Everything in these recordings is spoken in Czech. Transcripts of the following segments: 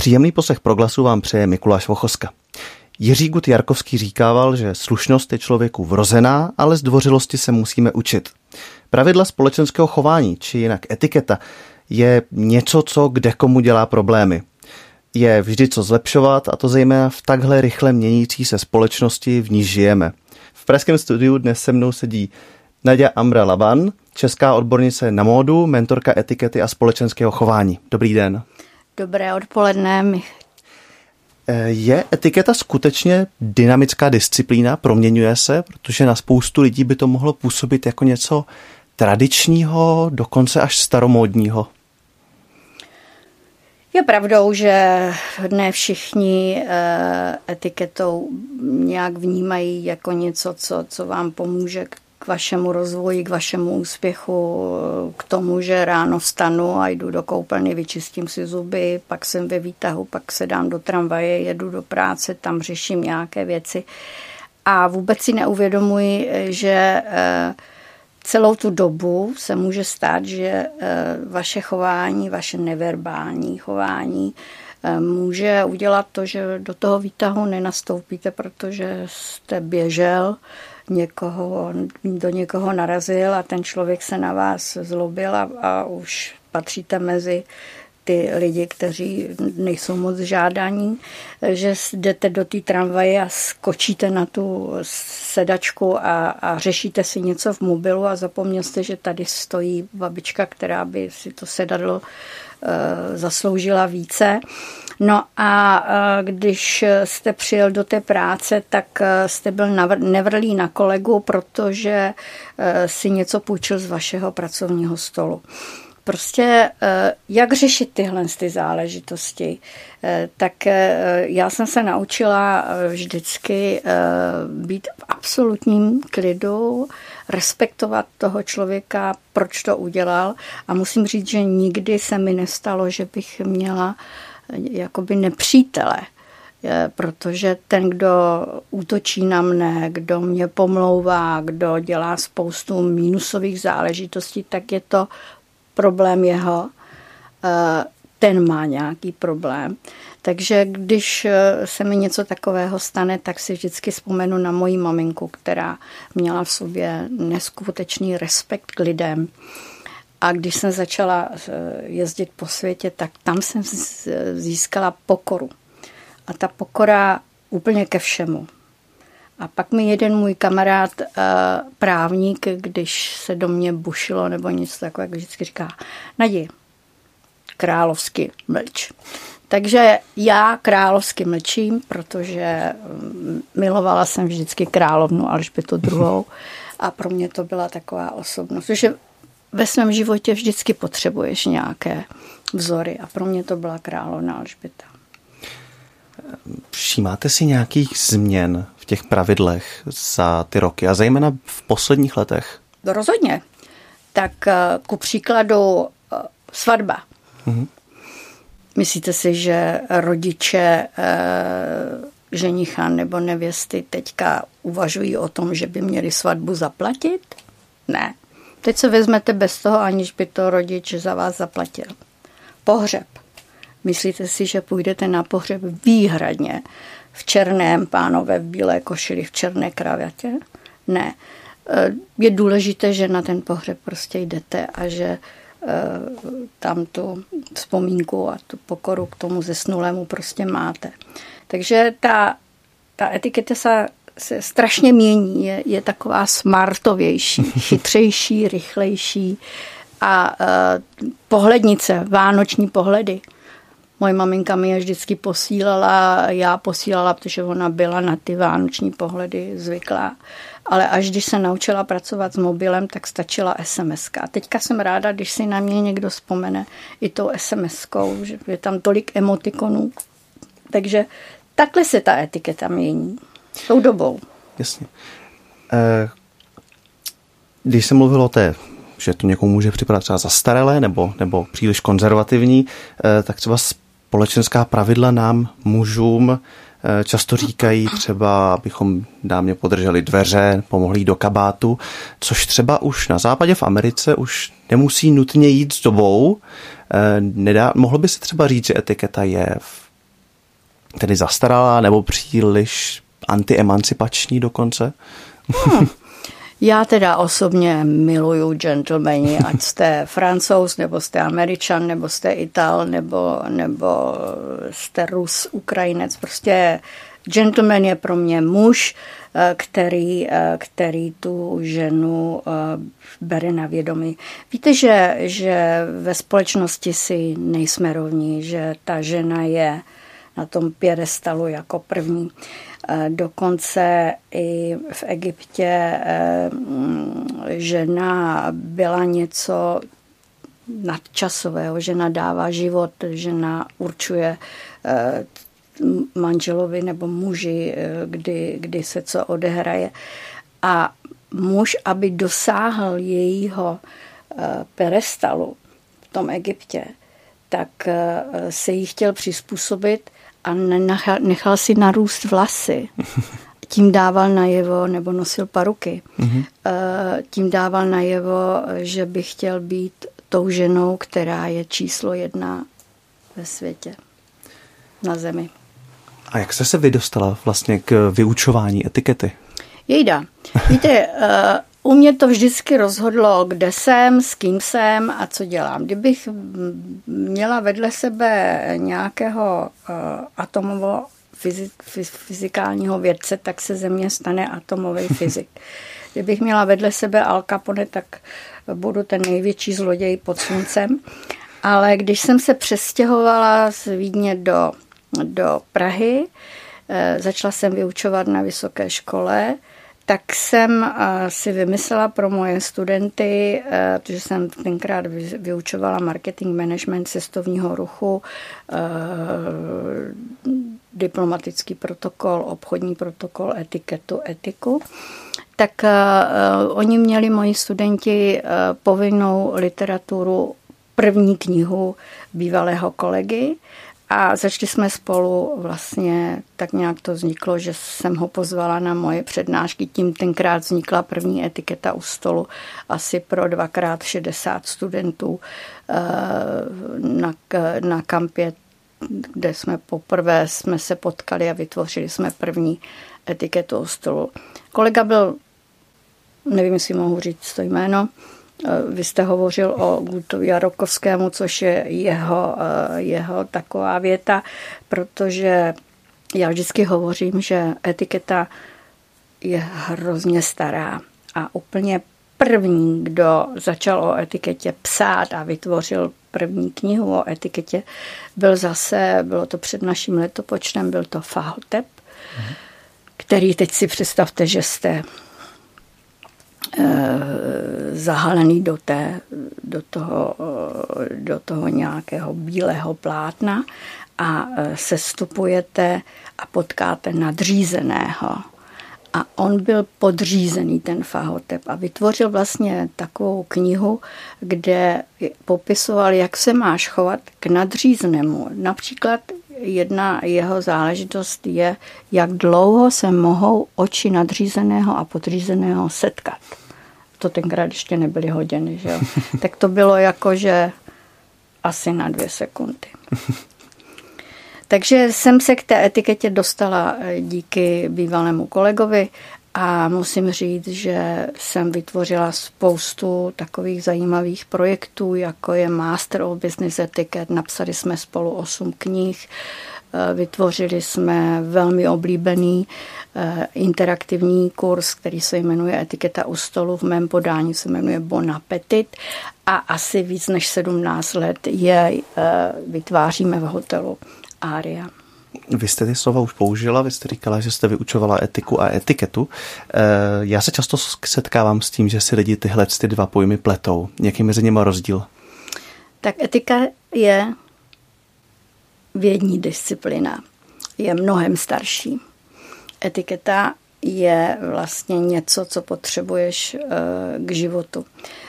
Příjemný poslech Proglasu vám přeje Mikuláš Vochoska. Jiří Gut Jarkovský říkával, že slušnost je člověku vrozená, ale zdvořilosti se musíme učit. Pravidla společenského chování, či jinak etiketa, je něco, co kdekomu dělá problémy. Je vždy co zlepšovat, a to zejména v takhle rychle měnící se společnosti, v níž žijeme. V pražském studiu dnes se mnou sedí Naďa Ambra Laban, česká odbornice na módu, mentorka etikety a společenského chování. Dobrý den. Dobré odpoledne. Je etiketa skutečně dynamická disciplína? Proměňuje se? Protože na spoustu lidí by to mohlo působit jako něco tradičního, dokonce až staromódního. Je pravdou, že ne všichni etiketou nějak vnímají jako něco, co vám pomůže k vašemu rozvoji, k vašemu úspěchu, k tomu, že ráno vstanu a jdu do koupelny, vyčistím si zuby, pak jsem ve výtahu, pak se dám do tramvaje, jedu do práce, tam řeším nějaké věci. A vůbec si neuvědomuji, že celou tu dobu se může stát, že vaše chování, vaše neverbální chování může udělat to, že do toho výtahu nenastoupíte, protože jste běžel, do někoho narazil a ten člověk se na vás zlobil a už patříte mezi ty lidi, kteří nejsou moc žádaní, že jdete do té tramvaje a skočíte na tu sedačku a řešíte si něco v mobilu a zapomněl jste, že tady stojí babička, která by si to sedadlo zasloužila více. No a když jste přijel do té práce, tak jste byl nevrlý na kolegu, protože si něco půjčil z vašeho pracovního stolu. Prostě jak řešit tyhle záležitosti, tak já jsem se naučila vždycky být v absolutním klidu, respektovat toho člověka, proč to udělal, a musím říct, že nikdy se mi nestalo, že bych měla jakoby nepřítele, protože ten, kdo útočí na mne, kdo mě pomlouvá, kdo dělá spoustu mínusových záležitostí, tak je to problém jeho, ten má nějaký problém. Takže když se mi něco takového stane, tak si vždycky vzpomenu na moji maminku, která měla v sobě neskutečný respekt k lidem. A když jsem začala jezdit po světě, tak tam jsem získala pokoru. A ta pokora úplně ke všemu. A pak mi jeden můj kamarád, právník, když se do mě bušilo nebo něco takového, vždycky říká: Nadi, královsky mlč. Takže já královsky mlčím, protože milovala jsem vždycky královnu Alžbětu II. A pro mě to byla taková osobnost, protože ve svém životě vždycky potřebuješ nějaké vzory a pro mě to byla královna Alžběta. Všímáte si nějakých změn v těch pravidlech za ty roky a zejména v posledních letech? Rozhodně. Tak ku příkladu svatba. Mhm. Myslíte si, že rodiče ženicha nebo nevěsty teďka uvažují o tom, že by měli svatbu zaplatit? Ne. Teď se vezmete bez toho, aniž by to rodič za vás zaplatil. Pohřeb. Myslíte si, že půjdete na pohřeb výhradně v černém, pánové v bílé košili, v černé kravatě? Ne. Je důležité, že na ten pohřeb prostě jdete a že tam tu vzpomínku a tu pokoru k tomu zesnulému prostě máte. Takže ta etiketa se strašně mění, je taková smartovější, chytřejší, rychlejší a pohlednice, vánoční pohledy. Moje maminka mi je vždycky posílala, já posílala, protože ona byla na ty vánoční pohledy zvyklá. Ale až když se naučila pracovat s mobilem, tak stačila SMS-ka. A teďka jsem ráda, když si na mě někdo vzpomene i tou SMS-kou, že je tam tolik emotikonů. Takže takhle se ta etiketa mění. Tou dobou. Jasně. Když se mluvilo o té, že to někomu může připadat třeba zastaralé nebo příliš konzervativní, tak třeba společenská pravidla nám, mužům, často říkají třeba, abychom dámě podrželi dveře, pomohli jí do kabátu, což třeba už na západě v Americe už nemusí nutně jít s dobou. Mohlo by se třeba říct, že etiketa je v tedy zastaralá nebo příliš antiemancipační dokonce? Já teda osobně miluju gentlemani, ať jste Francouz, nebo jste Američan, nebo jste Ital, nebo jste Rus, Ukrajinec. Prostě gentleman je pro mě muž, který tu ženu bere na vědomí. Víte, že ve společnosti si nejsme rovní, že ta žena je na tom piedestalu jako první. Dokonce i v Egyptě žena byla něco nadčasového, žena dává život, žena určuje manželovi nebo muži, kdy se co odehraje. A muž, aby dosáhl jejího piedestalu v tom Egyptě, tak se jí chtěl přizpůsobit a nechal si narůst vlasy. Tím dával najevo, nebo nosil paruky, tím dával najevo, že by chtěl být tou ženou, která je číslo 1 ve světě, na zemi. A jak jste se vy dostala vlastně k vyučování etikety? Jejda. Víte, u mě to vždycky rozhodlo, kde jsem, s kým jsem a co dělám. Kdybych měla vedle sebe nějakého atomového fyzikálního vědce, tak se ze mě stane atomový fyzik. Kdybych měla vedle sebe Al Capone, tak budu ten největší zloděj pod sluncem. Ale když jsem se přestěhovala z Vídně do Prahy, začala jsem vyučovat na vysoké škole, tak jsem si vymyslela pro moje studenty, protože jsem tenkrát vyučovala marketing management cestovního ruchu, diplomatický protokol, obchodní protokol, etiketu, etiku, tak oni měli, moji studenti, povinnou literaturu, první knihu bývalého kolegy. A začali jsme spolu vlastně, tak nějak to vzniklo, že jsem ho pozvala na moje přednášky. Tím tenkrát vznikla první etiketa u stolu asi pro 2x60 studentů na kampě, kde jsme poprvé se potkali a vytvořili jsme první etiketu u stolu. Kolega byl, nevím, jestli mohu říct to jméno, vy jste hovořil o Gutovi Jarokovskému, což je jeho taková věta, protože já vždycky hovořím, že etiketa je hrozně stará a úplně první, kdo začal o etiketě psát a vytvořil první knihu o etiketě, bylo to před naším letopočtem, byl to Fahotep, který teď si představte, že jste zahalený do toho nějakého bílého plátna a sestupujete a potkáte nadřízeného. A on byl podřízený, ten Fahotep, a vytvořil vlastně takovou knihu, kde popisoval, jak se máš chovat k nadřízenému. Například jedna jeho záležitost je, jak dlouho se mohou oči nadřízeného a podřízeného setkat. To tenkrát ještě nebyly hodiny, že jo? Tak to bylo jako, že asi na 2 sekundy. Takže jsem se k té etiketě dostala díky bývalému kolegovi a musím říct, že jsem vytvořila spoustu takových zajímavých projektů, jako je Master of Business Etiquette. Napsali jsme spolu 8 knih, vytvořili jsme velmi oblíbený interaktivní kurz, který se jmenuje Etiketa u stolu, v mém podání se jmenuje Bon Appetit a asi víc než 17 let je vytváříme v hotelu Aria. Vy jste ty slova už použila, vy jste říkala, že jste vyučovala etiku a etiketu. Já se často setkávám s tím, že si lidi tyhle 2 pojmy pletou. Jaký mezi nimi rozdíl? Tak etika je vědní disciplína. Je mnohem starší. Etiketa je vlastně něco, co potřebuješ k životu.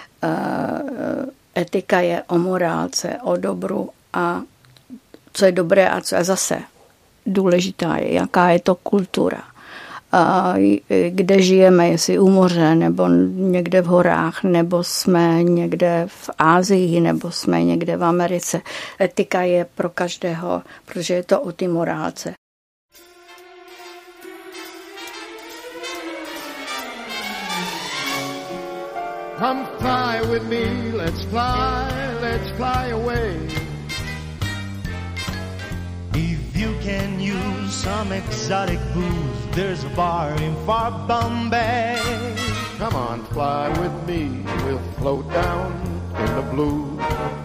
Etika je o morálce, o dobru a co je dobré a co je zase důležitá je, jaká je to kultura. Kde žijeme, jestli u moře, nebo někde v horách, nebo jsme někde v Asii, nebo jsme někde v Americe. Etika je pro každého, protože je to o té morálce. Come fly with me, let's fly away. If you can use some exotic booze, there's a bar in far Bombay. Come on, fly with me, we'll float down in the blue.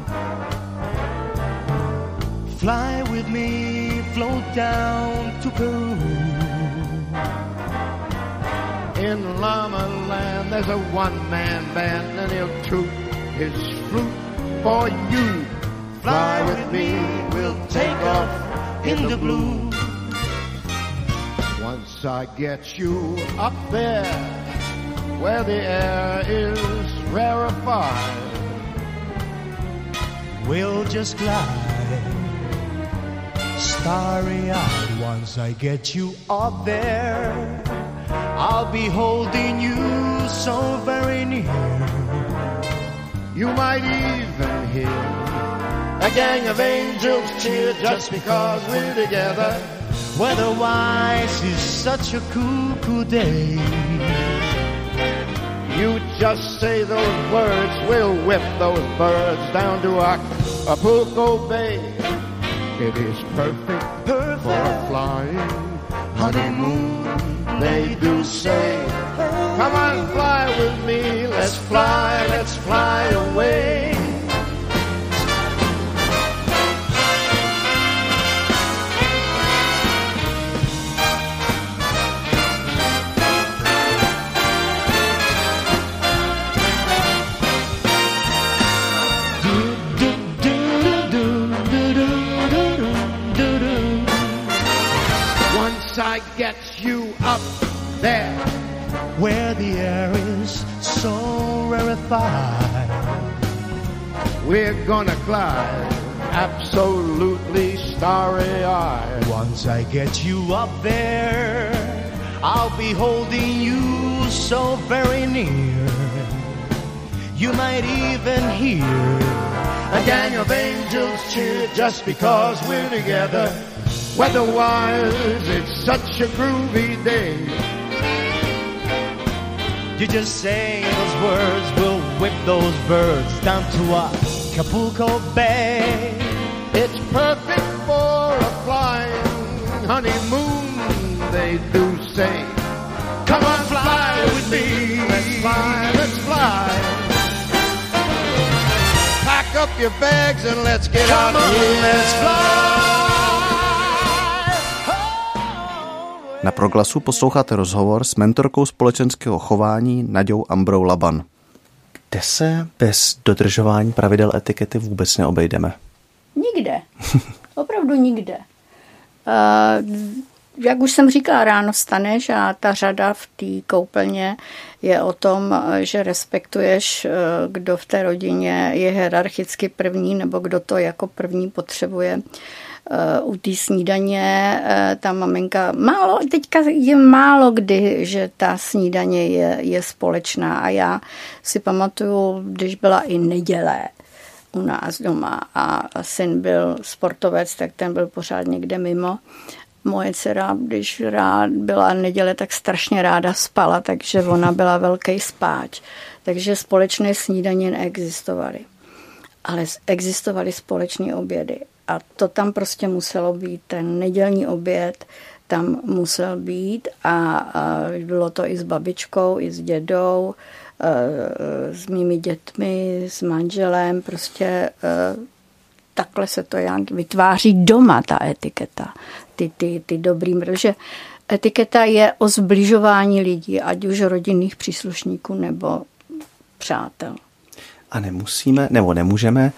Fly with me, float down to Peru. In Llama Land, there's a one-man band, and he'll toot his flute for you. Fly with me, we'll take off in the blue. Once I get you up there, where the air is rarefied, we'll just glide, starry-eyed. Once I get you up there, I'll be holding you so very near. You might even hear a gang of angels cheer just because we're together. Weather-wise is such a cool day. You just say those words, we'll whip those birds down to Acapulco Bay. It is perfect for a flying honeymoon, they do say. Come on, fly with me, let's fly away. I get you up there, where the air is so rarefied, we're gonna glide absolutely starry-eyed. Once I get you up there, I'll be holding you so very near. You might even hear a gang of angels cheer just because we're together. Weather-wise, it's such a groovy day. You just say those words, we'll whip those birds down to Acapulco Bay. It's perfect for a flying honeymoon, they do say. Come on, fly with me, let's fly. Pack up your bags and let's get out of here. Let's fly. Na Proglasu posloucháte rozhovor s mentorkou společenského chování Naďou Ambrou Laban. Kde se bez dodržování pravidel etikety vůbec neobejdeme? Nikde. Opravdu nikde. Jak už jsem říkala, ráno vstaneš a ta řada v té koupelně je o tom, že respektuješ, kdo v té rodině je hierarchicky první nebo kdo to jako první potřebuje. U té snídaně ta maminka, teďka je málo kdy, že ta snídaně je společná a já si pamatuju, když byla i neděle u nás doma a syn byl sportovec, tak ten byl pořád někde mimo. Moje dcera, když byla neděle, tak strašně ráda spala, takže ona byla velký spáč. Takže společné snídaně neexistovaly. Ale existovaly společné obědy. A to tam prostě muselo být, ten nedělní oběd tam musel být a bylo to i s babičkou, i s dědou, s mými dětmi, s manželem, prostě takhle se to jak vytváří doma ta etiketa, ty dobrý, protože etiketa je o sbližování lidí, ať už rodinných příslušníků nebo přátel. A nemusíme, nebo nemůžeme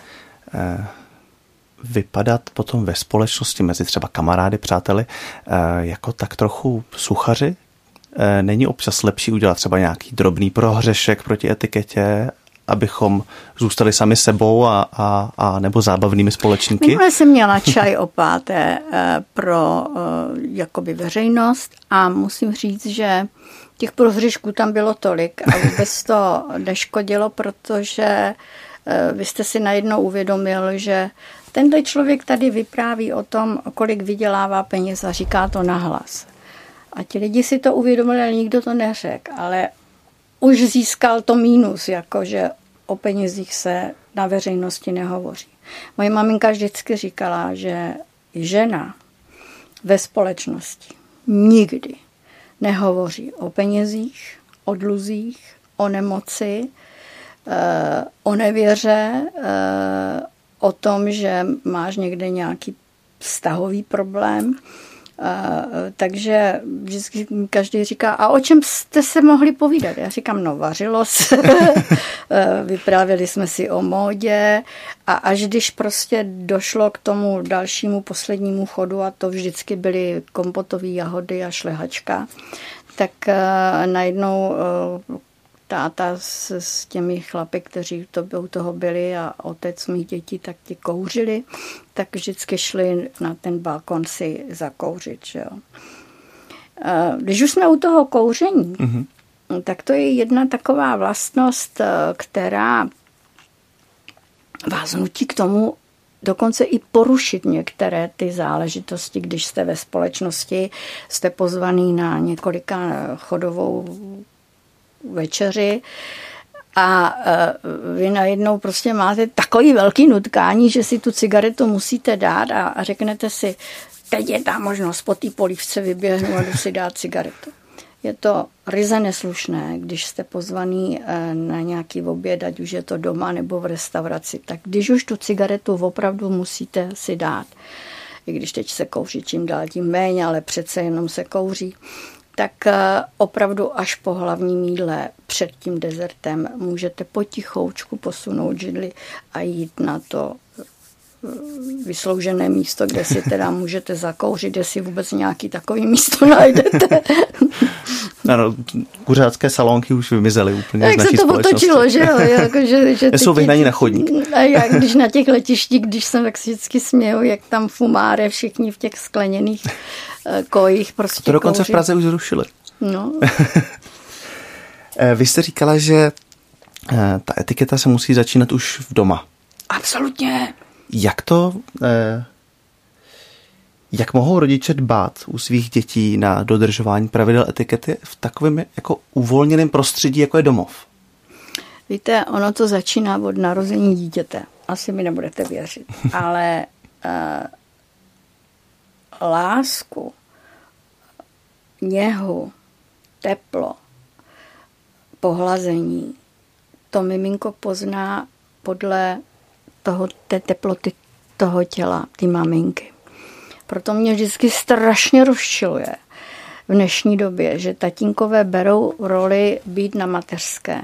vypadat potom ve společnosti mezi třeba kamarády, přáteli, jako tak trochu suchaři? Není občas lepší udělat třeba nějaký drobný prohřešek proti etiketě, abychom zůstali sami sebou a nebo zábavnými společníky? Minule jsem měla čaj o 5. pro jakoby veřejnost a musím říct, že těch prohřešků tam bylo tolik a vůbec to neškodilo, protože vy jste si najednou uvědomil, že tenhle člověk tady vypráví o tom, kolik vydělává peněz a říká to nahlas. A ti lidi si to uvědomili, ale nikdo to neřekl. Ale už získal to mínus, jakože o penězích se na veřejnosti nehovoří. Moje maminka vždycky říkala, že žena ve společnosti nikdy nehovoří o penězích, o dluzích, o nemoci, o nevěře, o tom, že máš někde nějaký vztahový problém. Takže vždycky každý říká, a o čem jste se mohli povídat? Já říkám, no vařilo se, vyprávěli jsme si o módě a až když prostě došlo k tomu dalšímu poslednímu chodu a to vždycky byly kompotové jahody a šlehačka, tak najednou táta s těmi chlapy, kteří u toho byli a otec mých dětí, tak ti kouřili, tak vždycky šli na ten balkon si zakouřit. Že jo. Když už jsme u toho kouření, tak to je jedna taková vlastnost, která vás nutí k tomu dokonce i porušit některé ty záležitosti, když jste ve společnosti, jste pozvaný na několika chodovou večeři a vy najednou prostě máte takový velký nutkání, že si tu cigaretu musíte dát a řeknete si, teď je ta možnost po té polívce vyběhnu a jdu si dát cigaretu. Je to ryze neslušné, když jste pozvaný na nějaký oběd, ať už je to doma nebo v restauraci, tak když už tu cigaretu opravdu musíte si dát, i když teď se kouří čím dál tím méně, ale přece jenom se kouří, tak opravdu až po hlavním jídle před tím dezertem můžete potichoučku posunout židli a jít na to vysloužené místo, kde si teda můžete zakouřit, jestli vůbec nějaký takový místo najdete. Ano, kuřácké salonky už vymizely úplně jak z naší se to potočilo, že jo? Že jsou vyhnaní na chodník. A jak když na těch letištích, když jsem tak si vždycky směju, jak tam fumáre všichni v těch skleněných kojích prostě to dokonce kouří. v Praze už zrušili. No. Vy jste říkala, že ta etiketa se musí začínat už v doma. Absolutně. Jak mohou rodiče dbát u svých dětí na dodržování pravidel etikety v takovém jako uvolněném prostředí, jako je domov? Víte, ono to začíná od narození dítěte. Asi mi nebudete věřit. Ale lásku, něhu, teplo, pohlazení, to miminko pozná podle té teploty toho těla, ty maminky. Proto mě vždycky strašně rozčiluje v dnešní době, že tatínkové berou roli být na mateřské.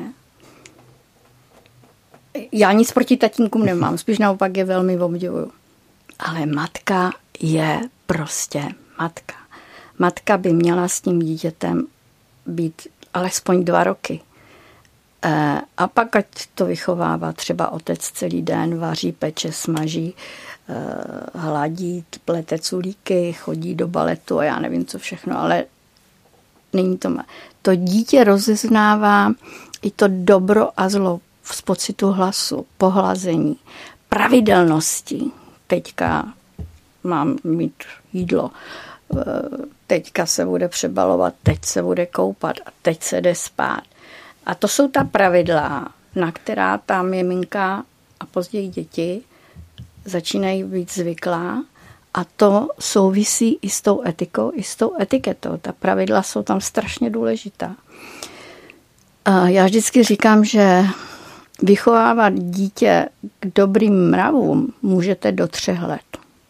Já nic proti tatínkům nemám, spíš naopak je velmi obdivuju. Ale matka je prostě matka. Matka by měla s tím dítětem být alespoň 2 roky. A pak ať to vychovává třeba otec celý den, vaří, peče, smaží, hladí, plete culíky, chodí do baletu a já nevím co všechno, ale není to má. To dítě rozeznává i to dobro a zlo z pocitu hlasu, pohlazení, pravidelnosti. Teďka mám mít jídlo, teďka se bude přebalovat, teď se bude koupat a teď se jde spát. A to jsou ta pravidla, na která ta miminka a později děti začínají být zvyklá a to souvisí i s tou etikou, i s tou etiketou. Ta pravidla jsou tam strašně důležitá. Já vždycky říkám, že vychovávat dítě k dobrým mravům můžete do 3 let.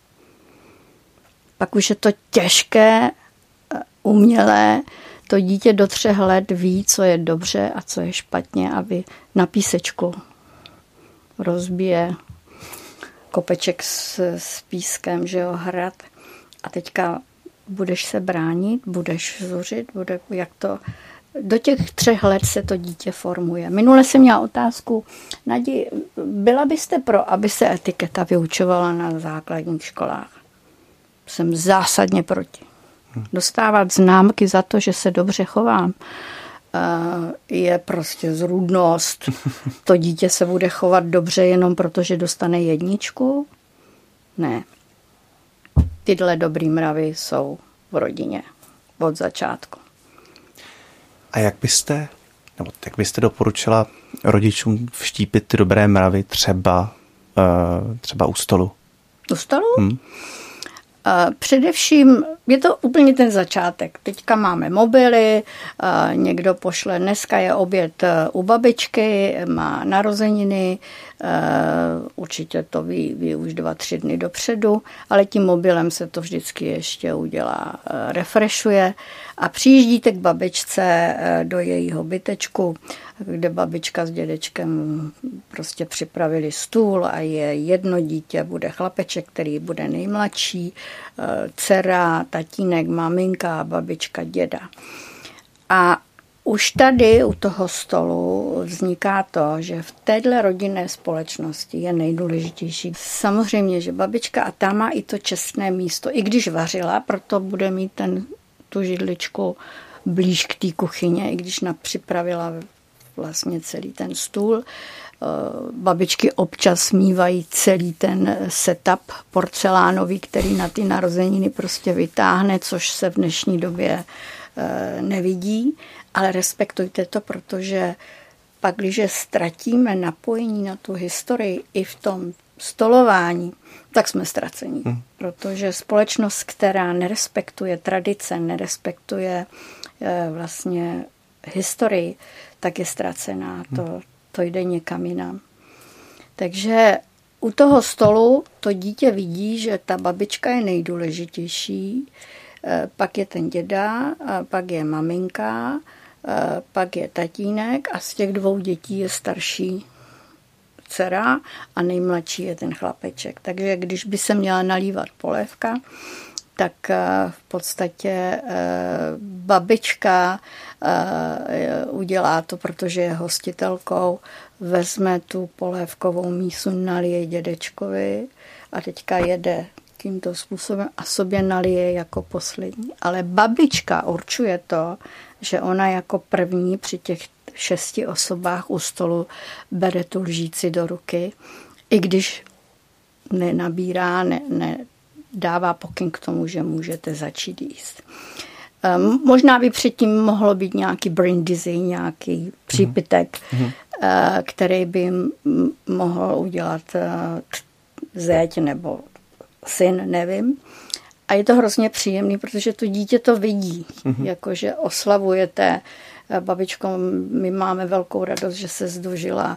Pak už je to těžké, umělé. To dítě do 3 let ví, co je dobře a co je špatně, aby na písečku rozbije kopeček s pískem, že jo, hrad. A teďka budeš se bránit, budeš zuřit, jak to... Do těch 3 let se to dítě formuje. Minule jsem měla otázku, Nadi, byla byste pro, aby se etiketa vyučovala na základních školách? Jsem zásadně proti. Dostávat známky za to, že se dobře chovám, je prostě zrůdnost. To dítě se bude chovat dobře jenom proto, že dostane 1. Ne. Tyhle dobrý mravy jsou v rodině od začátku. A jak byste nebo jak byste doporučila rodičům vštípit ty dobré mravy třeba u stolu? U stolu? Především je to úplně ten začátek. Teďka máme mobily, někdo pošle, dneska je oběd u babičky, má narozeniny, určitě to ví už 2-3 dny dopředu, ale tím mobilem se to vždycky ještě udělá, refreshuje a přijíždíte k babičce do jejího bytečku, kde babička s dědečkem prostě připravili stůl a je jedno dítě, bude chlapeček, který bude nejmladší, dcera, tatínek, maminka, babička, děda. A už tady u toho stolu vzniká to, že v téhle rodinné společnosti je nejdůležitější. Samozřejmě, že babička a ta má i to čestné místo, i když vařila, proto bude mít tu židličku blíž k té kuchyně, i když připravila vlastně celý ten stůl. Babičky občas mívají celý ten setup porcelánový, který na ty narozeniny prostě vytáhne, což se v dnešní době nevidí, ale respektujte to, protože pak, když ztratíme napojení na tu historii i v tom stolování, tak jsme ztracení. Protože společnost, která nerespektuje tradice, nerespektuje vlastně historii, tak je ztracená. To jde někam jinam. Takže u toho stolu to dítě vidí, že ta babička je nejdůležitější, pak je ten děda, pak je maminka, pak je tatínek a z těch 2 dětí je starší dcera a nejmladší je ten chlapeček. Takže když by se měla nalívat polévka, tak v podstatě babička udělá to, protože je hostitelkou, vezme tu polévkovou mísu, nalije dědečkovi a teďka jede tímto způsobem a sobě nalije jako poslední. Ale babička určuje to, že ona jako první při těch 6 osobách u stolu bere tu lžíci do ruky, i když nenabírá, dává pokyn k tomu, že můžete začít jíst. Možná by předtím mohlo být nějaký brindisi, nějaký přípitek, který by mohl udělat zeď nebo syn, nevím. A je to hrozně příjemný, protože to dítě to vidí, jakože oslavujete. Babičko, my máme velkou radost, že se zdožila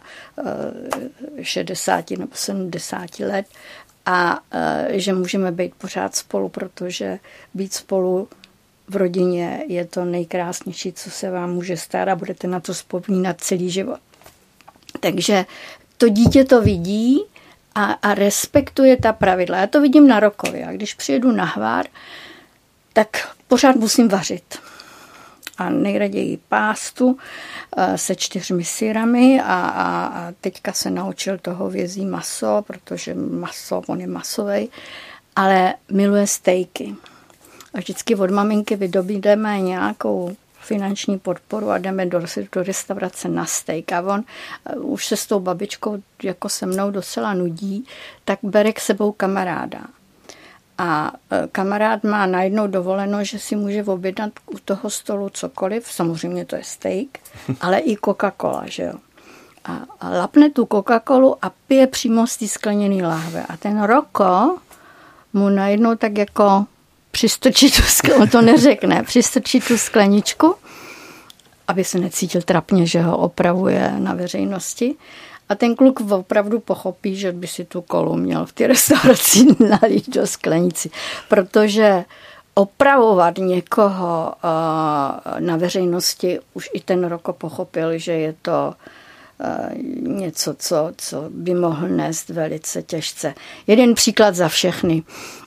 60 nebo 70 let a že můžeme být pořád spolu, protože být spolu v rodině je to nejkrásnější, co se vám může stát a budete na to vzpomínat celý život. Takže to dítě to vidí a respektuje ta pravidla. Já to vidím na Rokově. A když přijedu na Hvar, tak pořád musím vařit. A nejraději pástu se 4 syrami a teďka se naučil to hovězí maso, protože on je masovej, ale miluje stejky. A vždycky od maminky vydobídeme nějakou finanční podporu a jdeme do restaurace na steak. A on už se s tou babičkou jako se mnou docela nudí, tak bere k sebou kamaráda. A kamarád má najednou dovoleno, že si může objednat u toho stolu cokoliv, samozřejmě to je steak, ale i Coca-Cola, že jo. A lapne tu Coca-Colu a pije přímo z té skleněné láhve. A ten Roko mu najednou tak jako přistrčí tu skleničku, on to neřekne, přistrčí tu skleničku, aby se necítil trapně, že ho opravuje na veřejnosti. A ten kluk opravdu pochopí, že by si tu kolu měl v té restauraci nalít do sklenici. Protože opravovat někoho na veřejnosti, už i ten Roko pochopil, že je to něco, co by mohl nést velice těžce. Jeden příklad za všechny.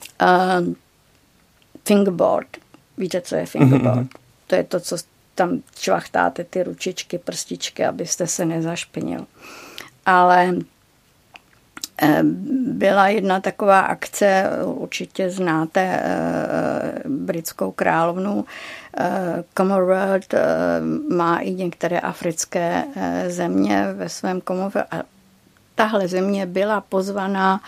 Fingerboard. Víte, co je fingerboard? To je to, co tam čvachtáte ty ručičky, prstičky, abyste se nezašpinil. Ale byla jedna taková akce, určitě znáte britskou královnu, Commonwealth má i některé africké země ve svém Commonwealth a tahle země byla pozvaná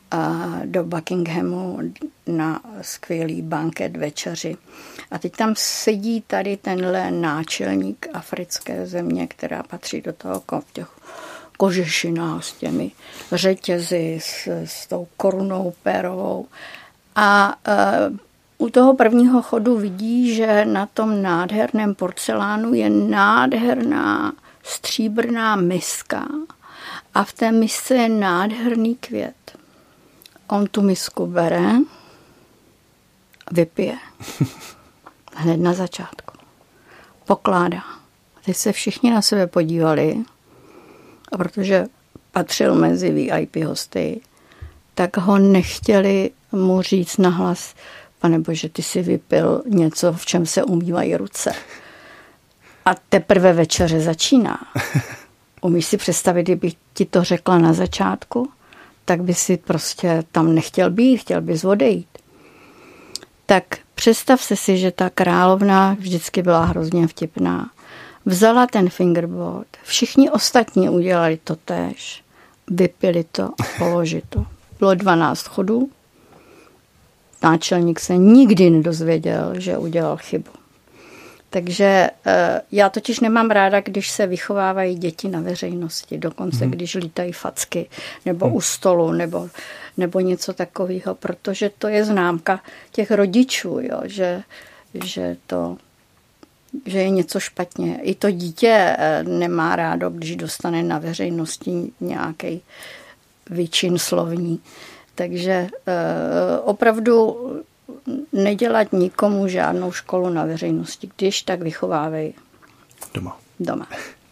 do Buckinghamu na skvělý banket večeři. A teď tam sedí tady tenhle náčelník africké země, která patří do toho těch kožešinách s těmi řetězy, s tou korunou pérovou. A u toho prvního chodu vidí, že na tom nádherném porcelánu je nádherná stříbrná miska a v té misce je nádherný květ. On tu misku bere, vypije. Hned na začátku. Pokládá. Teď se všichni na sebe podívali a protože patřil mezi VIP hosty, tak ho nechtěli mu říct nahlas: Pane Bože, ty si vypil něco, v čem se umývají ruce. A teprve večeře začíná. Umíš si představit, kdybych ti to řekla na začátku, tak by si prostě tam nechtěl být, chtěl bys odejít. Tak představ si, že ta královna vždycky byla hrozně vtipná. Vzala ten fingerboard, všichni ostatní udělali to též, vypili to, položili to. Bylo 12 chodů, náčelník se nikdy nedozvěděl, že udělal chybu. Takže já totiž nemám ráda, když se vychovávají děti na veřejnosti, dokonce když lítají facky, nebo u stolu, nebo něco takového, protože to je známka těch rodičů, jo, že je něco špatně. I to dítě nemá rádo, když dostane na veřejnosti nějaký výčin slovní. Takže opravdu nedělat nikomu žádnou školu na veřejnosti, když tak vychovávej doma.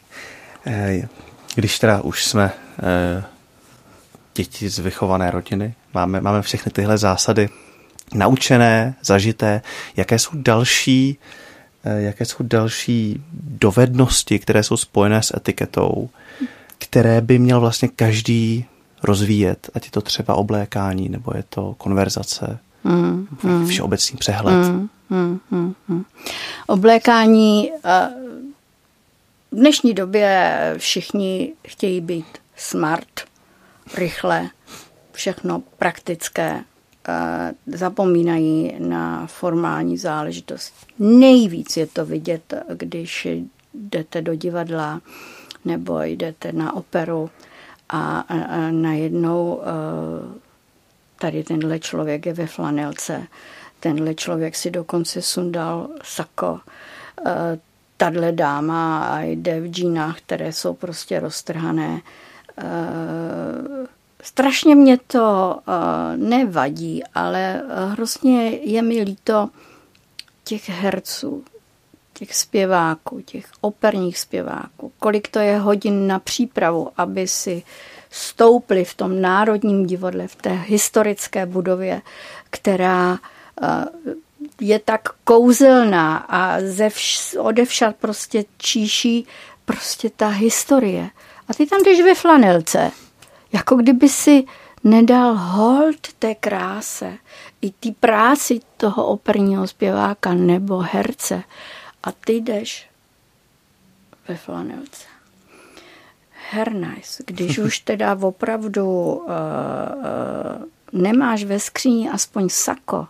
Když teda už jsme děti z vychované rodiny, máme všechny tyhle zásady naučené, zažité, jaké jsou další dovednosti, které jsou spojené s etiketou, které by měl vlastně každý rozvíjet, ať je to třeba oblékání, nebo je to konverzace, všeobecný přehled. Oblékání. V dnešní době všichni chtějí být smart, rychle, všechno praktické, zapomínají na formální záležitost. Nejvíc je to vidět, když jdete do divadla nebo jdete na operu a najednou tady tenhle člověk je ve flanelce, tenhle člověk si dokonce sundal sako, tahle dáma jde v džínách, které jsou prostě roztrhané. Strašně mě to nevadí, ale hrozně je mi líto těch herců, těch zpěváků, těch operních zpěváků. Kolik to je hodin na přípravu, aby si stoupli v tom Národním divadle, v té historické budově, která je tak kouzelná a odevšad prostě číší prostě ta historie. A ty tam jdeš ve flanelce, jako kdyby si nedal hold té kráse i té práci toho operního zpěváka nebo herce a ty jdeš ve flanelce. Hernajs, když už teda opravdu nemáš ve skříni aspoň sako,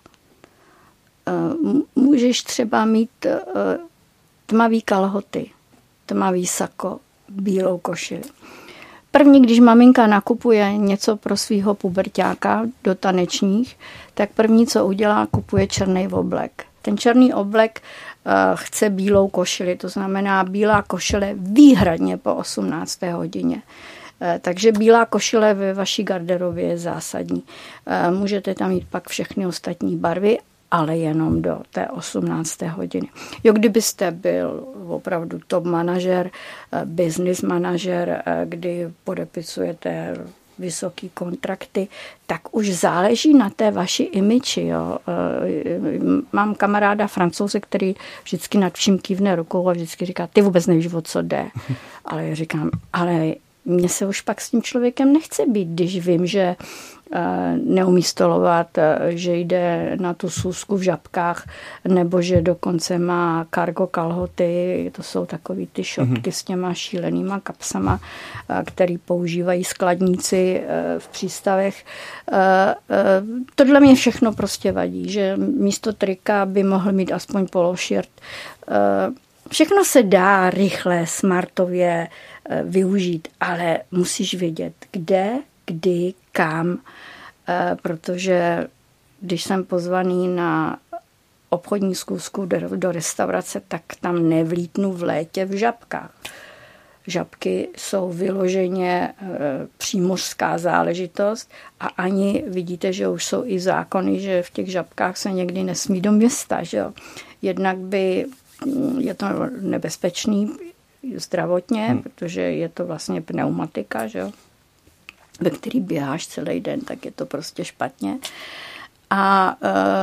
můžeš třeba mít tmavý kalhoty, tmavý sako, bílou košili. První, když maminka nakupuje něco pro svého puberťáka do tanečních, tak první, co udělá, kupuje černý oblek. Ten černý oblek chce bílou košili, to znamená bílá košile výhradně po 18. hodině. Takže bílá košile ve vaší garderobě je zásadní. Můžete tam mít pak všechny ostatní barvy, ale jenom do té 18. hodiny. Jo, kdybyste byl opravdu top manažer, business manažer, kdy podepisujete vysoký kontrakty, tak už záleží na té vaší imidži. Jo. Mám kamaráda Francouze, který vždycky nad vším kývne rukou a vždycky říká, ty vůbec nevíš, o co jde. Ale já říkám, ale mně se už pak s tím člověkem nechce být, když vím, že neumí stolovat, že jde na tu schůzku v žabkách, nebo že dokonce má cargo kalhoty, to jsou takový ty šotky s těma šílenýma kapsama, který používají skladníci v přístavech. Tohle mě všechno prostě vadí, že místo trika by mohl mít aspoň pološirt. Všechno se dá rychle, smartově využít, ale musíš vědět, kde, kdy, kam, protože když jsem pozvaný na obchodní schůzku do restaurace, tak tam nevlítnu v létě v žabkách. Žabky jsou vyloženě přímořská záležitost a ani vidíte, že už jsou i zákony, že v těch žabkách se někdy nesmí do města. Že jo? Jednak je to nebezpečný zdravotně, protože je to vlastně pneumatika, že jo? Ve který běháš celý den, tak je to prostě špatně. A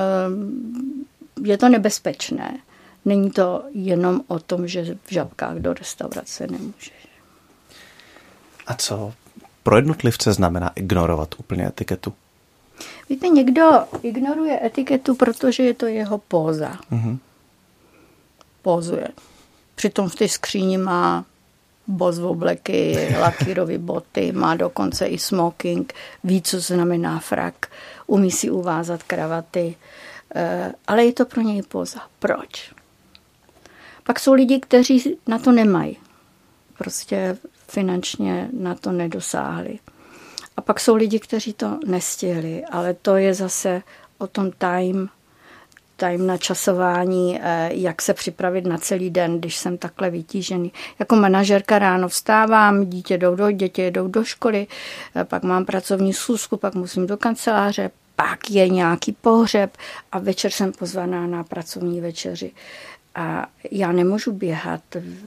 je to nebezpečné. Není to jenom o tom, že v žabkách do restaurace nemůžeš. A co pro jednotlivce znamená ignorovat úplně etiketu? Víte, někdo ignoruje etiketu, protože je to jeho póza. Pózuje. Přitom v té skříni má boss obleky, lakírový boty, má dokonce i smoking, ví, co znamená frak, umí si uvázat kravaty, ale je to pro něj póza. Proč? Pak jsou lidi, kteří na to nemají. Prostě finančně na to nedosáhli. A pak jsou lidi, kteří to nestihli, ale to je zase o tom time načasování, jak se připravit na celý den, když jsem takhle vytížený. Jako manažerka ráno vstávám, děti jedou do školy, pak mám pracovní schůzku, pak musím do kanceláře, pak je nějaký pohřeb a večer jsem pozvaná na pracovní večeři. A já nemůžu běhat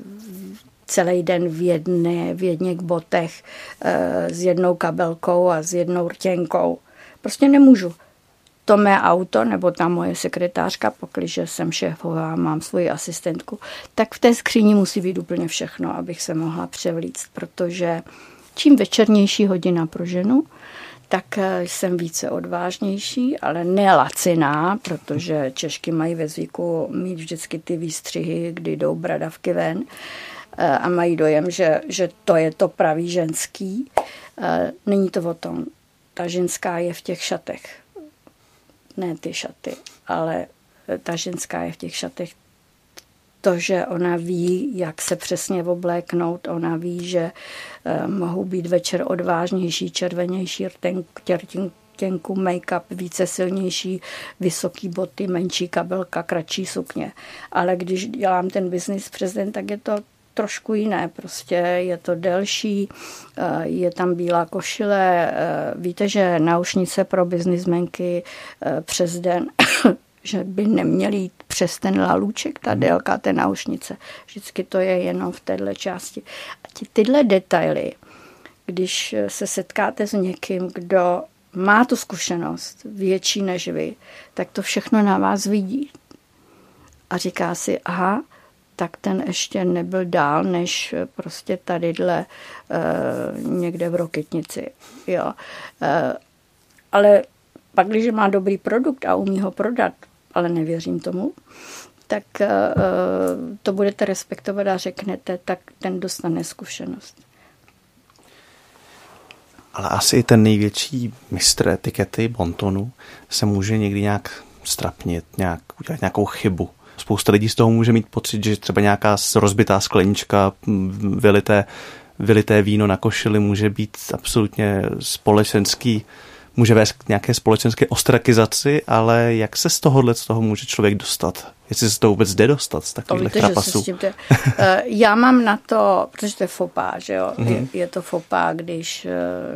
celý den v jedněch botech s jednou kabelkou a s jednou rtěnkou. Prostě nemůžu. To mé auto, nebo ta moje sekretářka, pakliže jsem šéfová, mám svoji asistentku, tak v té skříni musí být úplně všechno, abych se mohla převlíct, protože čím večernější hodina pro ženu, tak jsem více odvážnější, ale ne laciná, protože Češky mají ve zvyku mít vždycky ty výstřihy, kdy jdou bradavky ven a mají dojem, že to je to pravý ženský. Není to o tom. Ta ženská je v těch šatech. Ne ty šaty, ale ta ženská je v těch šatech. To, že ona ví, jak se přesně obléknout, ona ví, že mohou být večer odvážnější, červenější rtěnku, make-up, více silnější, vysoký boty, menší kabelka, kratší sukně. Ale když dělám ten business přes den, tak je to trošku jiné, prostě je to delší, je tam bílá košile, víte, že náušnice pro biznismenky přes den, že by neměly jít přes ten lalůček, ta délka té náušnice. Vždycky to je jenom v téhle části. A tyhle detaily, když se setkáte s někým, kdo má tu zkušenost větší než vy, tak to všechno na vás vidí. A říká si, aha, tak ten ještě nebyl dál, než prostě tadyhle někde v Rokytnici. Jo. Ale pak, když má dobrý produkt a umí ho prodat, ale nevěřím tomu, tak to budete respektovat a řeknete, tak ten dostane zkušenost. Ale asi i ten největší mistr etikety, Bontonu, se může někdy nějak strapnit, udělat nějakou chybu. Spousta lidí z toho může mít pocit, že třeba nějaká rozbitá sklenička, vylité víno na košili může být absolutně společenský, může vést k nějaké společenské ostrakizaci, ale jak se z toho může člověk dostat? Jestli se to vůbec jde dostat z takových trapasů? Já mám na to, protože to je fopá, že jo? Je to fopá, když...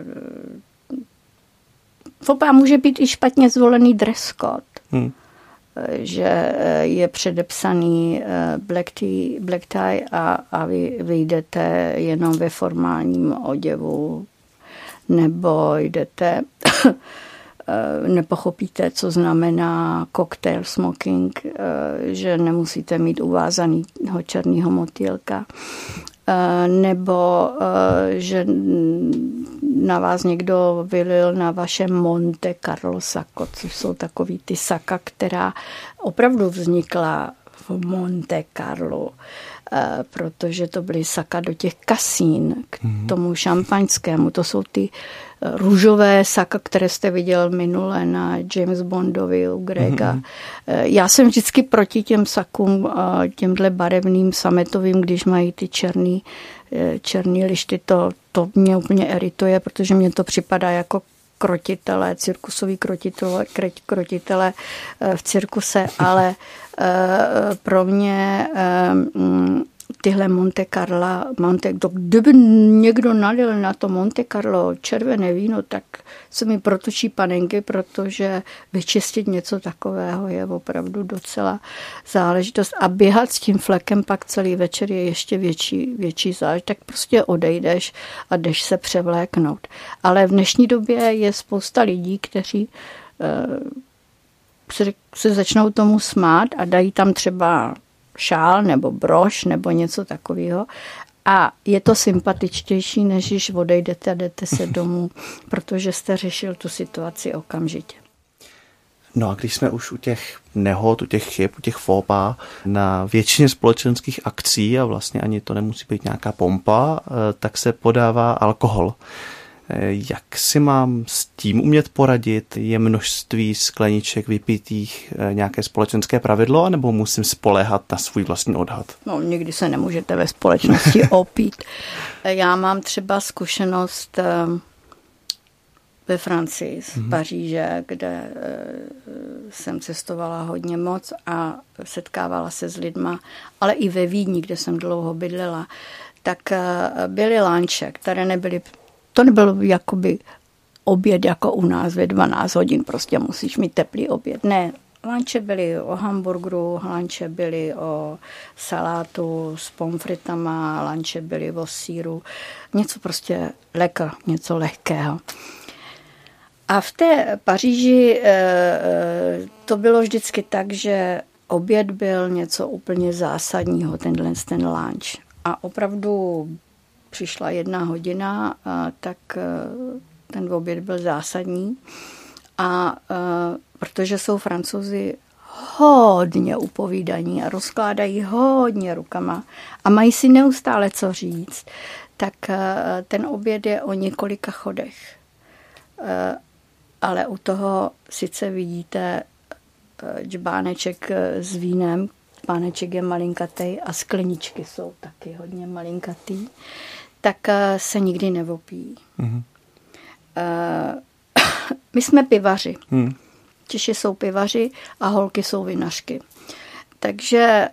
Fopá může být i špatně zvolený dress code. Že je předepsaný black tie a vy jdete jenom ve formálním oděvu, nebo jdete, nepochopíte, co znamená cocktail smoking, že nemusíte mít uvázanýho černýho motýlka. nebo že na vás někdo vylil na vaše Monte Carlo sako, což jsou takový ty saka, která opravdu vznikla v Monte Carlo, protože to byly saka do těch kasín, k tomu šampaňskému. To jsou ty růžové saka, které jste viděl minule na James Bondovi u Grega. Já jsem vždycky proti těm sakům, těmhle barevným sametovým, když mají ty černý lišty, to mě úplně irituje, protože mě to připadá jako krotitele, cirkusový krotitele v cirkuse, ale pro mě tyhle Monte Carlo, kdyby někdo nalil na to Monte Carlo červené víno, tak se mi protočí panenky, protože vyčistit něco takového je opravdu docela záležitost. A běhat s tím flekem pak celý večer je ještě větší záležitost. Tak prostě odejdeš a jdeš se převléknout. Ale v dnešní době je spousta lidí, kteří se začnou tomu smát a dají tam třeba šál nebo brož nebo něco takového. A je to sympatičtější, než když odejdete a jdete se domů, protože jste řešil tu situaci okamžitě. No a když jsme už u těch nehod, u těch chyb, u těch fópa, na většině společenských akcí, a vlastně ani to nemusí být nějaká pompa, tak se podává alkohol. Jak si mám s tím umět poradit? Je množství skleniček vypitých nějaké společenské pravidlo, anebo musím spoléhat na svůj vlastní odhad? No, nikdy se nemůžete ve společnosti opít. Já mám třeba zkušenost ve Francii, z Paříže, kde jsem cestovala hodně moc a setkávala se s lidma, ale i ve Vídni, kde jsem dlouho bydlela, tak byly lanče, které nebyly. To nebyl jakoby oběd jako u nás ve 12 hodin, prostě musíš mít teplý oběd. Ne, lanče byly o hamburgeru, lanče byly o salátu s pomfritama, lanče byly o sýru, něco prostě něco lehkého. A v té Paříži to bylo vždycky tak, že oběd byl něco úplně zásadního, ten lunch. A opravdu přišla 1 hodina, tak ten oběd byl zásadní. A protože jsou Francouzi hodně upovídaní a rozkládají hodně rukama a mají si neustále co říct, tak ten oběd je o několika chodech. Ale u toho sice vidíte džbáneček s vínem, páneček je malinkatej a skleničky jsou taky hodně malinkatý, tak se nikdy nevopíjí. My jsme pivaři. Češi jsou pivaři a holky jsou vinařky. Takže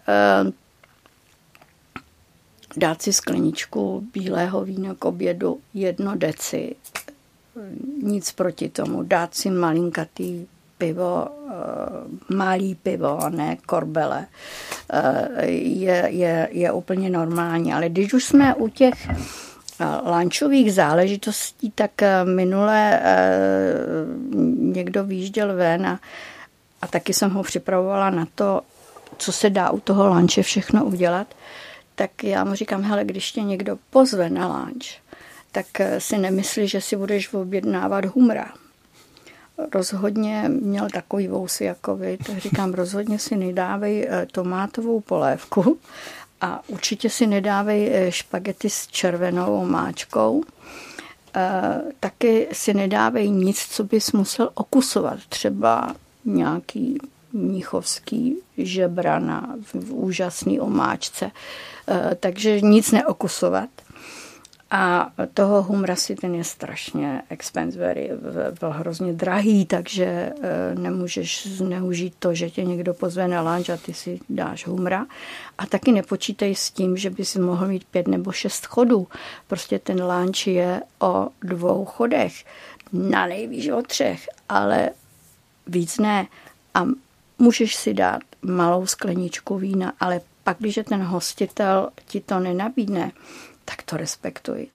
dát si skleničku bílého vína k obědu 1 deci, nic proti tomu. Dát si malinkatý pivo, malý pivo, ne korbele, je úplně normální. Ale když už jsme u těch lančových záležitostí, tak minule někdo vyjížděl ven a taky jsem ho připravovala na to, co se dá u toho lanče všechno udělat. Tak já mu říkám, hele, když tě někdo pozve na lanč, tak si nemyslí, že si budeš objednávat humra. Rozhodně měl takový vousy jako vy, tak říkám, rozhodně si nedávej tomátovou polévku a určitě si nedávej špagety s červenou omáčkou. Taky si nedávej nic, co bys musel okusovat. Třeba nějaký mnichovský žebra v úžasný omáčce. Takže nic neokusovat. A toho humra si ten je strašně expensive, byl hrozně drahý, takže nemůžeš zneužít to, že tě někdo pozve na lunch a ty si dáš humra. A taky nepočítej s tím, že by si mohl mít 5 nebo 6 chodů. Prostě ten lunch je o 2 chodech, na nejvýš o 3, ale víc ne. A můžeš si dát malou skleničku vína, ale pak, když ten hostitel ti to nenabídne, tak to respektuj.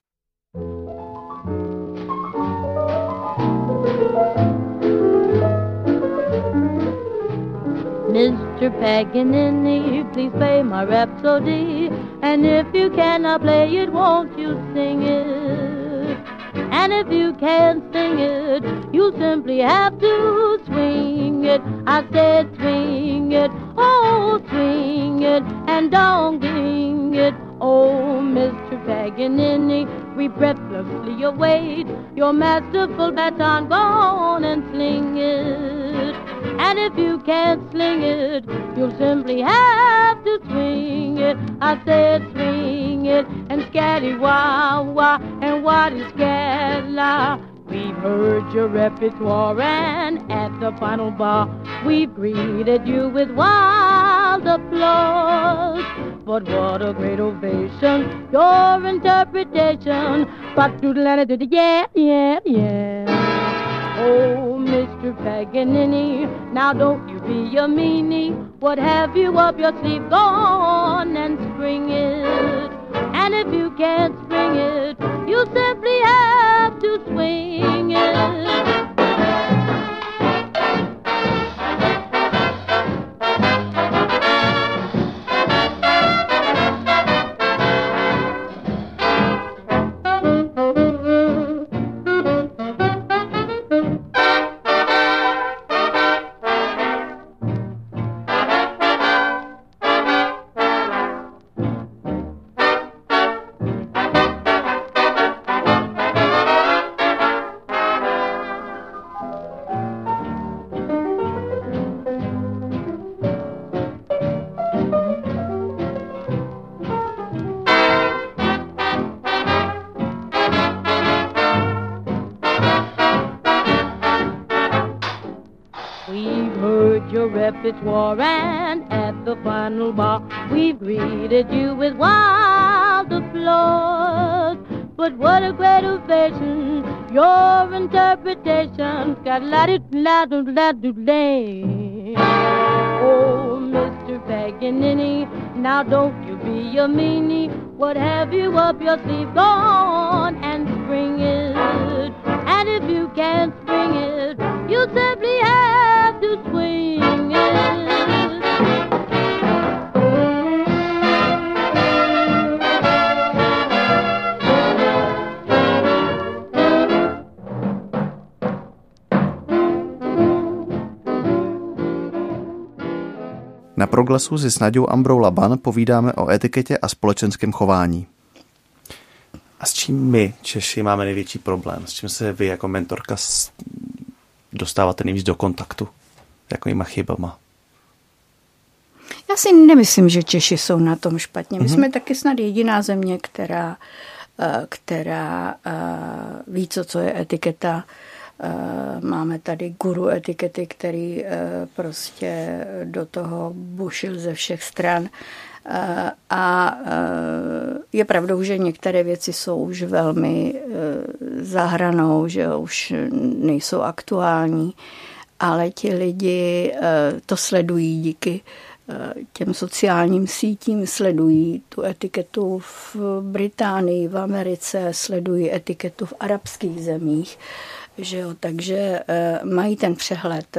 Nu Mr. Paganini, please play my Rhapsody. And if you cannot play it, won't you sing it? And if you can't sing it, you simply have to swing it. I said swing it, oh swing it, and don't ding it. Oh, Mr. Paganini, we breathlessly await your masterful baton, go on and sling it. And if you can't sling it, you'll simply have to swing it. I said swing it, and scatty-wah-wah, and what is scala? We've heard your repertoire, and at the final bar, we've greeted you with wild applause. But what a great ovation, your interpretation. But doodle-doodle, yeah, yeah, yeah. Oh, Mr. Paganini, now don't you be a meanie. What have you up your sleeve? Go on and spring it. And if you can't spring it, you simply have to swing it. Repertoire, and at the final bar we've greeted you with wild applause. But what a great ovation, your interpretation. Scott-la-doo-la-doo-la-doo-lay. Oh, Mr. Paganini, now don't you be a meanie. What have you up your sleeve? Go on and spring it. And if you can't spring it, you simply have to swing it. Na Proglasu si s Naďou Ambrou Laban povídáme o etiketě a společenském chování. A s čím my, Češi, máme největší problém? S čím se vy jako mentorka dostáváte nejvíc do kontaktu? Jakýma chybama? Já si nemyslím, že Češi jsou na tom špatně. My jsme taky snad jediná země, která ví, co je etiketa. Máme tady guru etikety, který prostě do toho bušil ze všech stran. A je pravdou, že některé věci jsou už velmi za hranou, že už nejsou aktuální, ale ti lidi to sledují díky těm sociálním sítím, sledují tu etiketu v Británii, v Americe, sledují etiketu v arabských zemích, že jo, takže mají ten přehled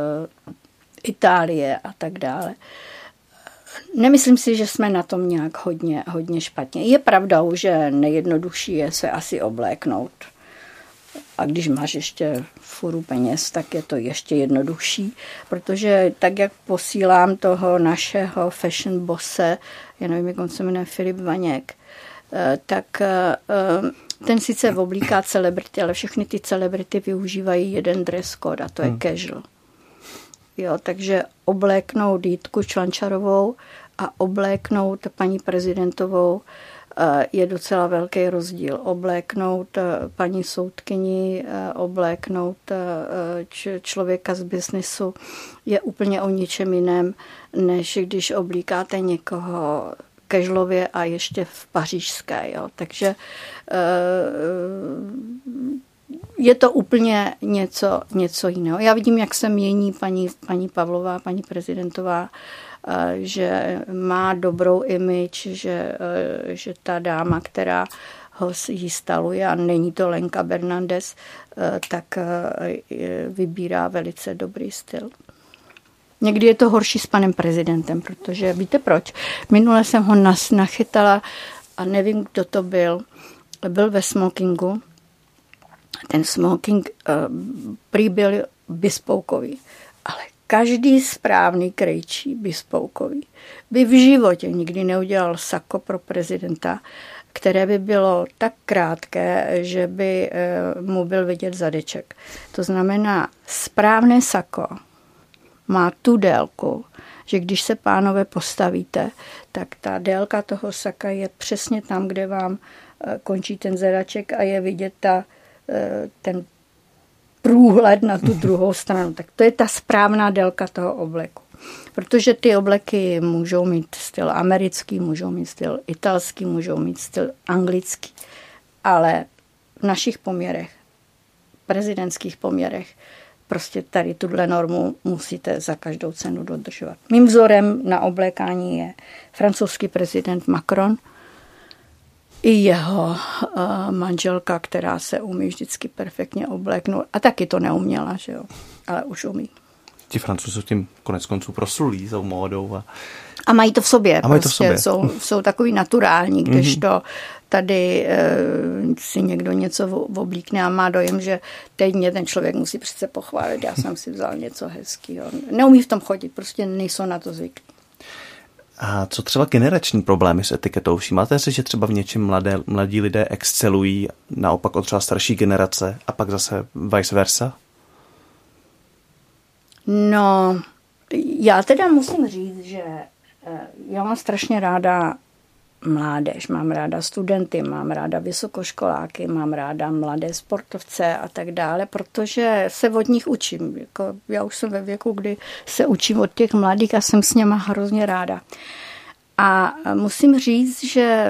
Itálie a tak dále. Nemyslím si, že jsme na tom nějak hodně špatně. Je pravdou, že nejjednodušší je se asi obléknout. A když máš ještě furu peněz, tak je to ještě jednodušší, protože tak, jak posílám toho našeho fashion bosse, já nevím, jak on se jmenuje, Filip Vaněk, tak ten sice oblíká celebrity, ale všechny ty celebrity využívají jeden dress code a to je casual. Jo, takže obléknout Jitku Čvančarovou a obléknout paní prezidentovou je docela velký rozdíl. Obléknout paní soudkyni, obléknout člověka z biznesu je úplně o ničem jiném, než když oblíkáte někoho casualově a ještě v pařížské. Jo. Takže je to úplně něco jiného. Já vidím, jak se mění paní Pavlová, paní prezidentová, že má dobrou image, že ta dáma, která ho jí staluje, a není to Lenka Bernandez, tak vybírá velice dobrý styl. Někdy je to horší s panem prezidentem, protože víte proč? Minule jsem ho nachytala a nevím, kdo to byl. Byl ve smokingu. Ten smoking prý byl bispoukový. Ale každý správný krejčí bispoukový by v životě nikdy neudělal sako pro prezidenta, které by bylo tak krátké, že by mu byl vidět zadeček. To znamená, správné sako má tu délku, že když se, pánové, postavíte, tak ta délka toho saka je přesně tam, kde vám končí ten zadaček a je vidět ten průhled na tu druhou stranu. Tak to je ta správná délka toho obleku. Protože ty obleky můžou mít styl americký, můžou mít styl italský, můžou mít styl anglický. Ale v našich poměrech, prezidentských poměrech, prostě tady tuhle normu musíte za každou cenu dodržovat. Mým vzorem na oblékání je francouzský prezident Macron i jeho manželka, která se umí vždycky perfektně obléknout. A taky to neuměla, že jo, ale už umí. Ti Francouzi tím konec konců proslulí tou módou. A mají to v sobě. A mají to v sobě. Jsou takový naturální, kdežto tady si někdo něco oblíkne a má dojem, že teď mě ten člověk musí přece pochválit. Já jsem si vzal něco hezkého. Neumí v tom chodit, prostě nejsou na to zvyklí. A co třeba generační problémy s etiketou? Všimáte si, že třeba v něčem mladí lidé excelují, naopak od třeba starší generace a pak zase vice versa? No, já teda musím říct, že já mám strašně ráda mládež, mám ráda studenty, mám ráda vysokoškoláky, mám ráda mladé sportovce a tak dále, protože se od nich učím. Jako já už jsem ve věku, kdy se učím od těch mladých a jsem s něma hrozně ráda. A musím říct, že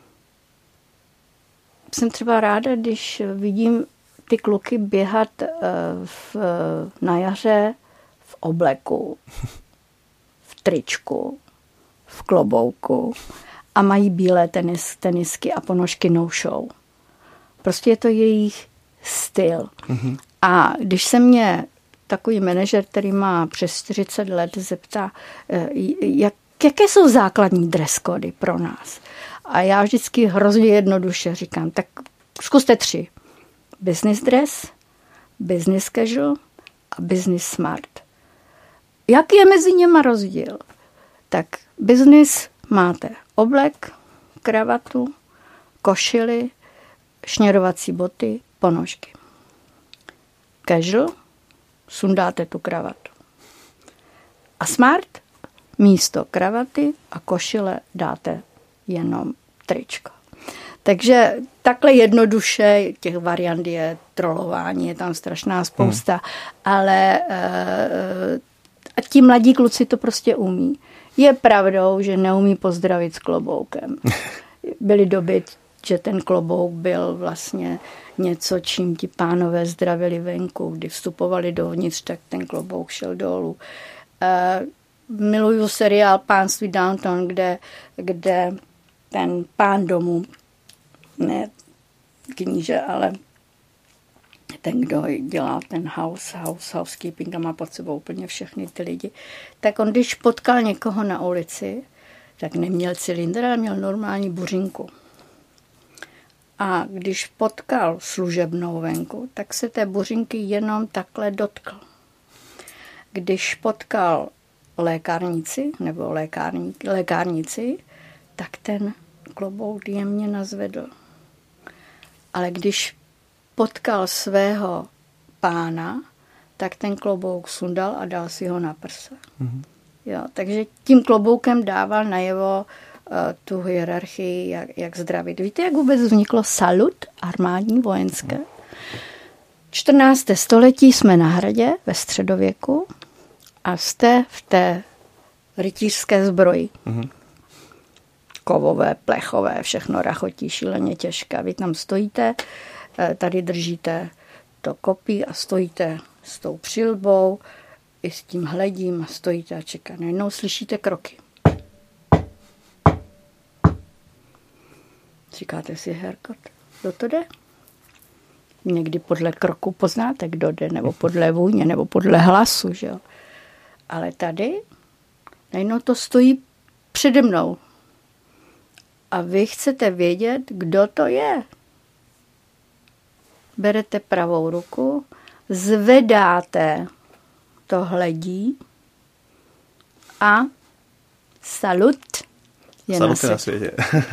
jsem třeba ráda, když vidím ty kluky běhat na jaře v obleku, v tričku, v klobouku a mají bílé tenisky a ponožky no show. Prostě je to jejich styl. Mm-hmm. A když se mě takový manažer, který má přes 40 let, zeptá, jaké jsou základní dress cody pro nás. A já vždycky hrozně jednoduše říkám, tak zkuste 3. Business dress, business casual a business smart. Jaký je mezi něma rozdíl? Tak business máte oblek, kravatu, košili, šněrovací boty, ponožky. Casual, sundáte tu kravatu. A smart, místo kravaty a košile dáte jenom tričko. Takže takhle jednoduše, těch variant je trolování, je tam strašná spousta, ale a ti mladí kluci to prostě umí. Je pravdou, že neumí pozdravit s kloboukem. Byly doby, že ten klobouk byl vlastně něco, čím ti pánové zdravili venku. Kdy vstupovali dovnitř, tak ten klobouk šel dolů. Miluju seriál Pánství Downton, kde ten pán domu, ne kníže, ale ten, kdo dělá ten housekeeping a má pod sebou úplně všechny ty lidi, tak on, když potkal někoho na ulici, tak neměl cylindr, ale měl normální buřinku. A když potkal služebnou venku, tak se té buřinky jenom takhle dotkl. Když potkal lékárnici nebo lékárnici, tak ten klobouk jemně nazvedl. Ale když potkal svého pána, tak ten klobouk sundal a dal si ho na prsa. Mm-hmm. Jo, takže tím kloboukem dával najevo tu hierarchii, jak zdravit. Víte, jak vůbec vzniklo salut armádní vojenské? 14. století jsme na hradě ve středověku a jste v té rytířské zbroji. Mm-hmm. Kovové, plechové, všechno rachotí, šíleně těžké. Vy tam stojíte, tady držíte to kopí a stojíte s tou přilbou i s tím hledím a stojíte a čekáte. Najednou slyšíte kroky. Říkáte si, herkot, kdo to jde? Někdy podle kroku poznáte, kdo jde, nebo podle vůně, nebo podle hlasu, že jo. Ale tady najednou to stojí přede mnou. A vy chcete vědět, kdo to je. Berete pravou ruku, zvedáte to hledí a salut je Salut na světě.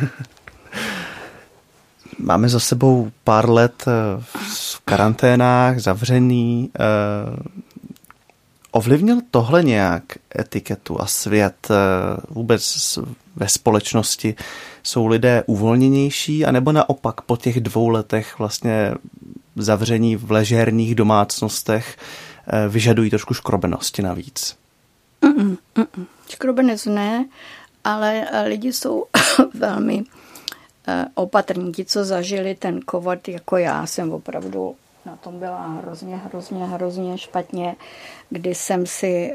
Máme za sebou pár let v karanténách, zavřený. Ovlivnil tohle nějak etiketu a svět vůbec ve společnosti? Jsou lidé uvolněnější, anebo naopak po těch 2 letech vlastně zavření v ležérních domácnostech vyžadují trošku škrobenosti navíc? Škrobenec ne, ale lidi jsou velmi opatrní. Ti, co zažili ten covid, jako já jsem opravdu na tom byla hrozně špatně, kdy jsem si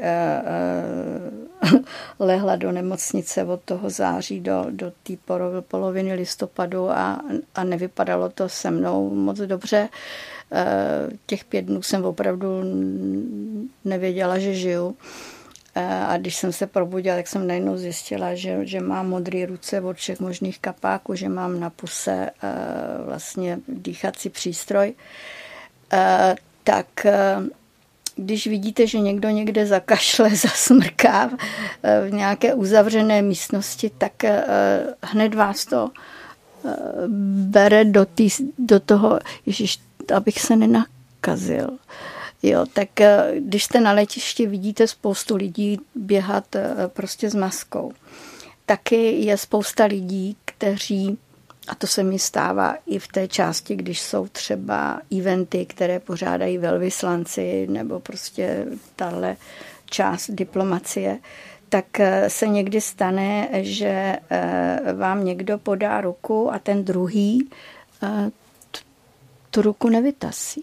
lehla do nemocnice od toho září do té poloviny listopadu a nevypadalo to se mnou moc dobře. Těch 5 dnů jsem opravdu nevěděla, že žiju. A když jsem se probudila, tak jsem najednou zjistila, že mám modré ruce od všech možných kapáků, že mám na puse vlastně dýchací přístroj. Tak když vidíte, že někdo někde zakašle, zasmrká v nějaké uzavřené místnosti, tak hned vás to bere do toho, ježiš, abych se nenakazil. Jo, tak když jste na letišti, vidíte spoustu lidí běhat prostě s maskou. Taky je spousta lidí, kteří, a to se mi stává i v té části, když jsou třeba eventy, které pořádají velvyslanci nebo prostě tahle část diplomacie, tak se někdy stane, že vám někdo podá ruku a ten druhý tu ruku nevytasí.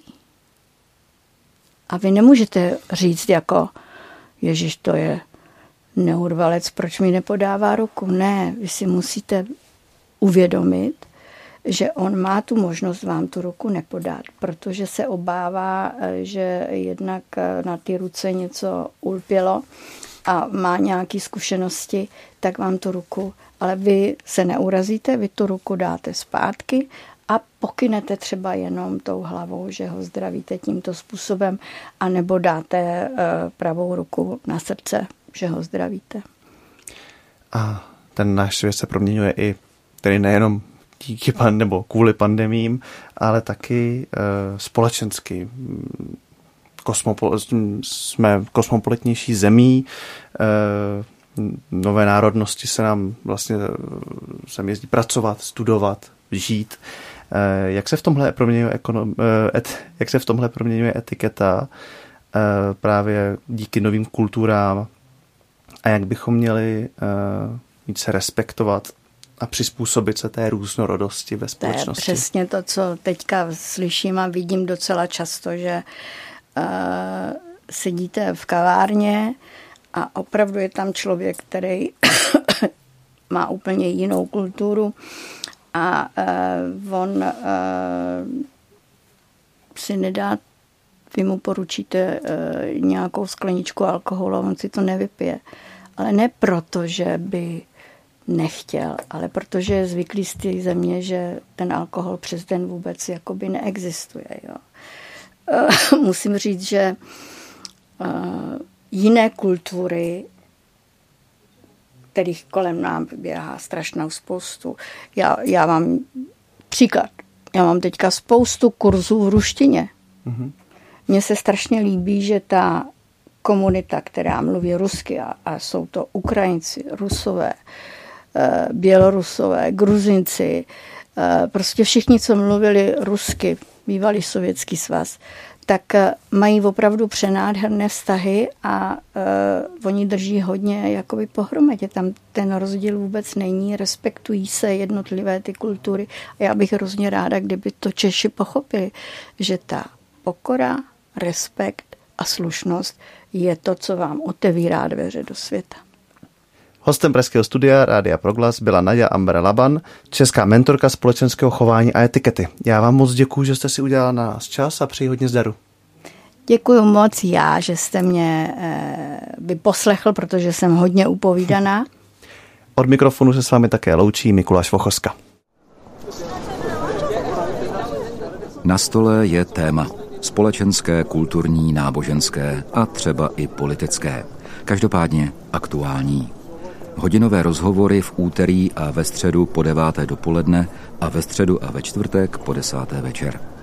A vy nemůžete říct jako, ježiš, to je neurvalec, proč mi nepodává ruku. Ne, vy si musíte uvědomit, že on má tu možnost vám tu ruku nepodat, protože se obává, že jednak na ty ruce něco ulpělo a má nějaké zkušenosti, tak vám tu ruku, ale vy se neurazíte, vy tu ruku dáte zpátky a pokynete třeba jenom tou hlavou, že ho zdravíte tímto způsobem, anebo dáte pravou ruku na srdce, že ho zdravíte. A ten náš svět se proměňuje i tedy nejenom díky nebo kvůli pandemím, ale taky společensky. Jsme kosmopolitnější zemí, nové národnosti se nám vlastně sem jezdí pracovat, studovat, žít. Jak se v tomhle proměňuje etiketa právě díky novým kulturám a jak bychom měli více respektovat a přizpůsobit se té různorodosti ve společnosti? To je přesně to, co teďka slyším a vidím docela často, že sedíte v kavárně a opravdu je tam člověk, který má úplně jinou kulturu a on si nedá, vy mu poručíte nějakou skleničku alkoholu a on si to nevypije. Ale ne proto, že by nechtěl, ale protože je zvyklý z té země, že ten alkohol přes den vůbec jakoby neexistuje. Jo. Musím říct, že jiné kultury, kterých kolem nám běhá strašnou spoustu. Já mám příklad. Já mám teďka spoustu kurzů v ruštině. Mm-hmm. Mně se strašně líbí, že ta komunita, která mluví rusky, a jsou to Ukrajinci, Rusové, Bělorusové, Gruzinci, prostě všichni, co mluvili rusky, bývalý Sovětský svaz, tak mají opravdu přenádherné vztahy a oni drží hodně jakoby pohromadě. Tam ten rozdíl vůbec není, respektují se jednotlivé ty kultury. A já bych hrozně ráda, kdyby to Češi pochopili, že ta pokora, respekt a slušnost je to, co vám otevírá dveře do světa. Hostem Pražského studia Rádia Proglas byla Naďa Ambra-Laban, česká mentorka společenského chování a etikety. Já vám moc děkuju, že jste si udělala na nás čas a přeji hodně zdaru. Děkuju moc já, že jste mě vyposlechl, protože jsem hodně upovídaná. Od mikrofonu se s vámi také loučí Mikuláš Vochoska. Na stole je téma. Společenské, kulturní, náboženské a třeba i politické. Každopádně aktuální. Hodinové rozhovory v úterý a ve středu po 9. dopoledne a ve středu a ve čtvrtek po 10. večer.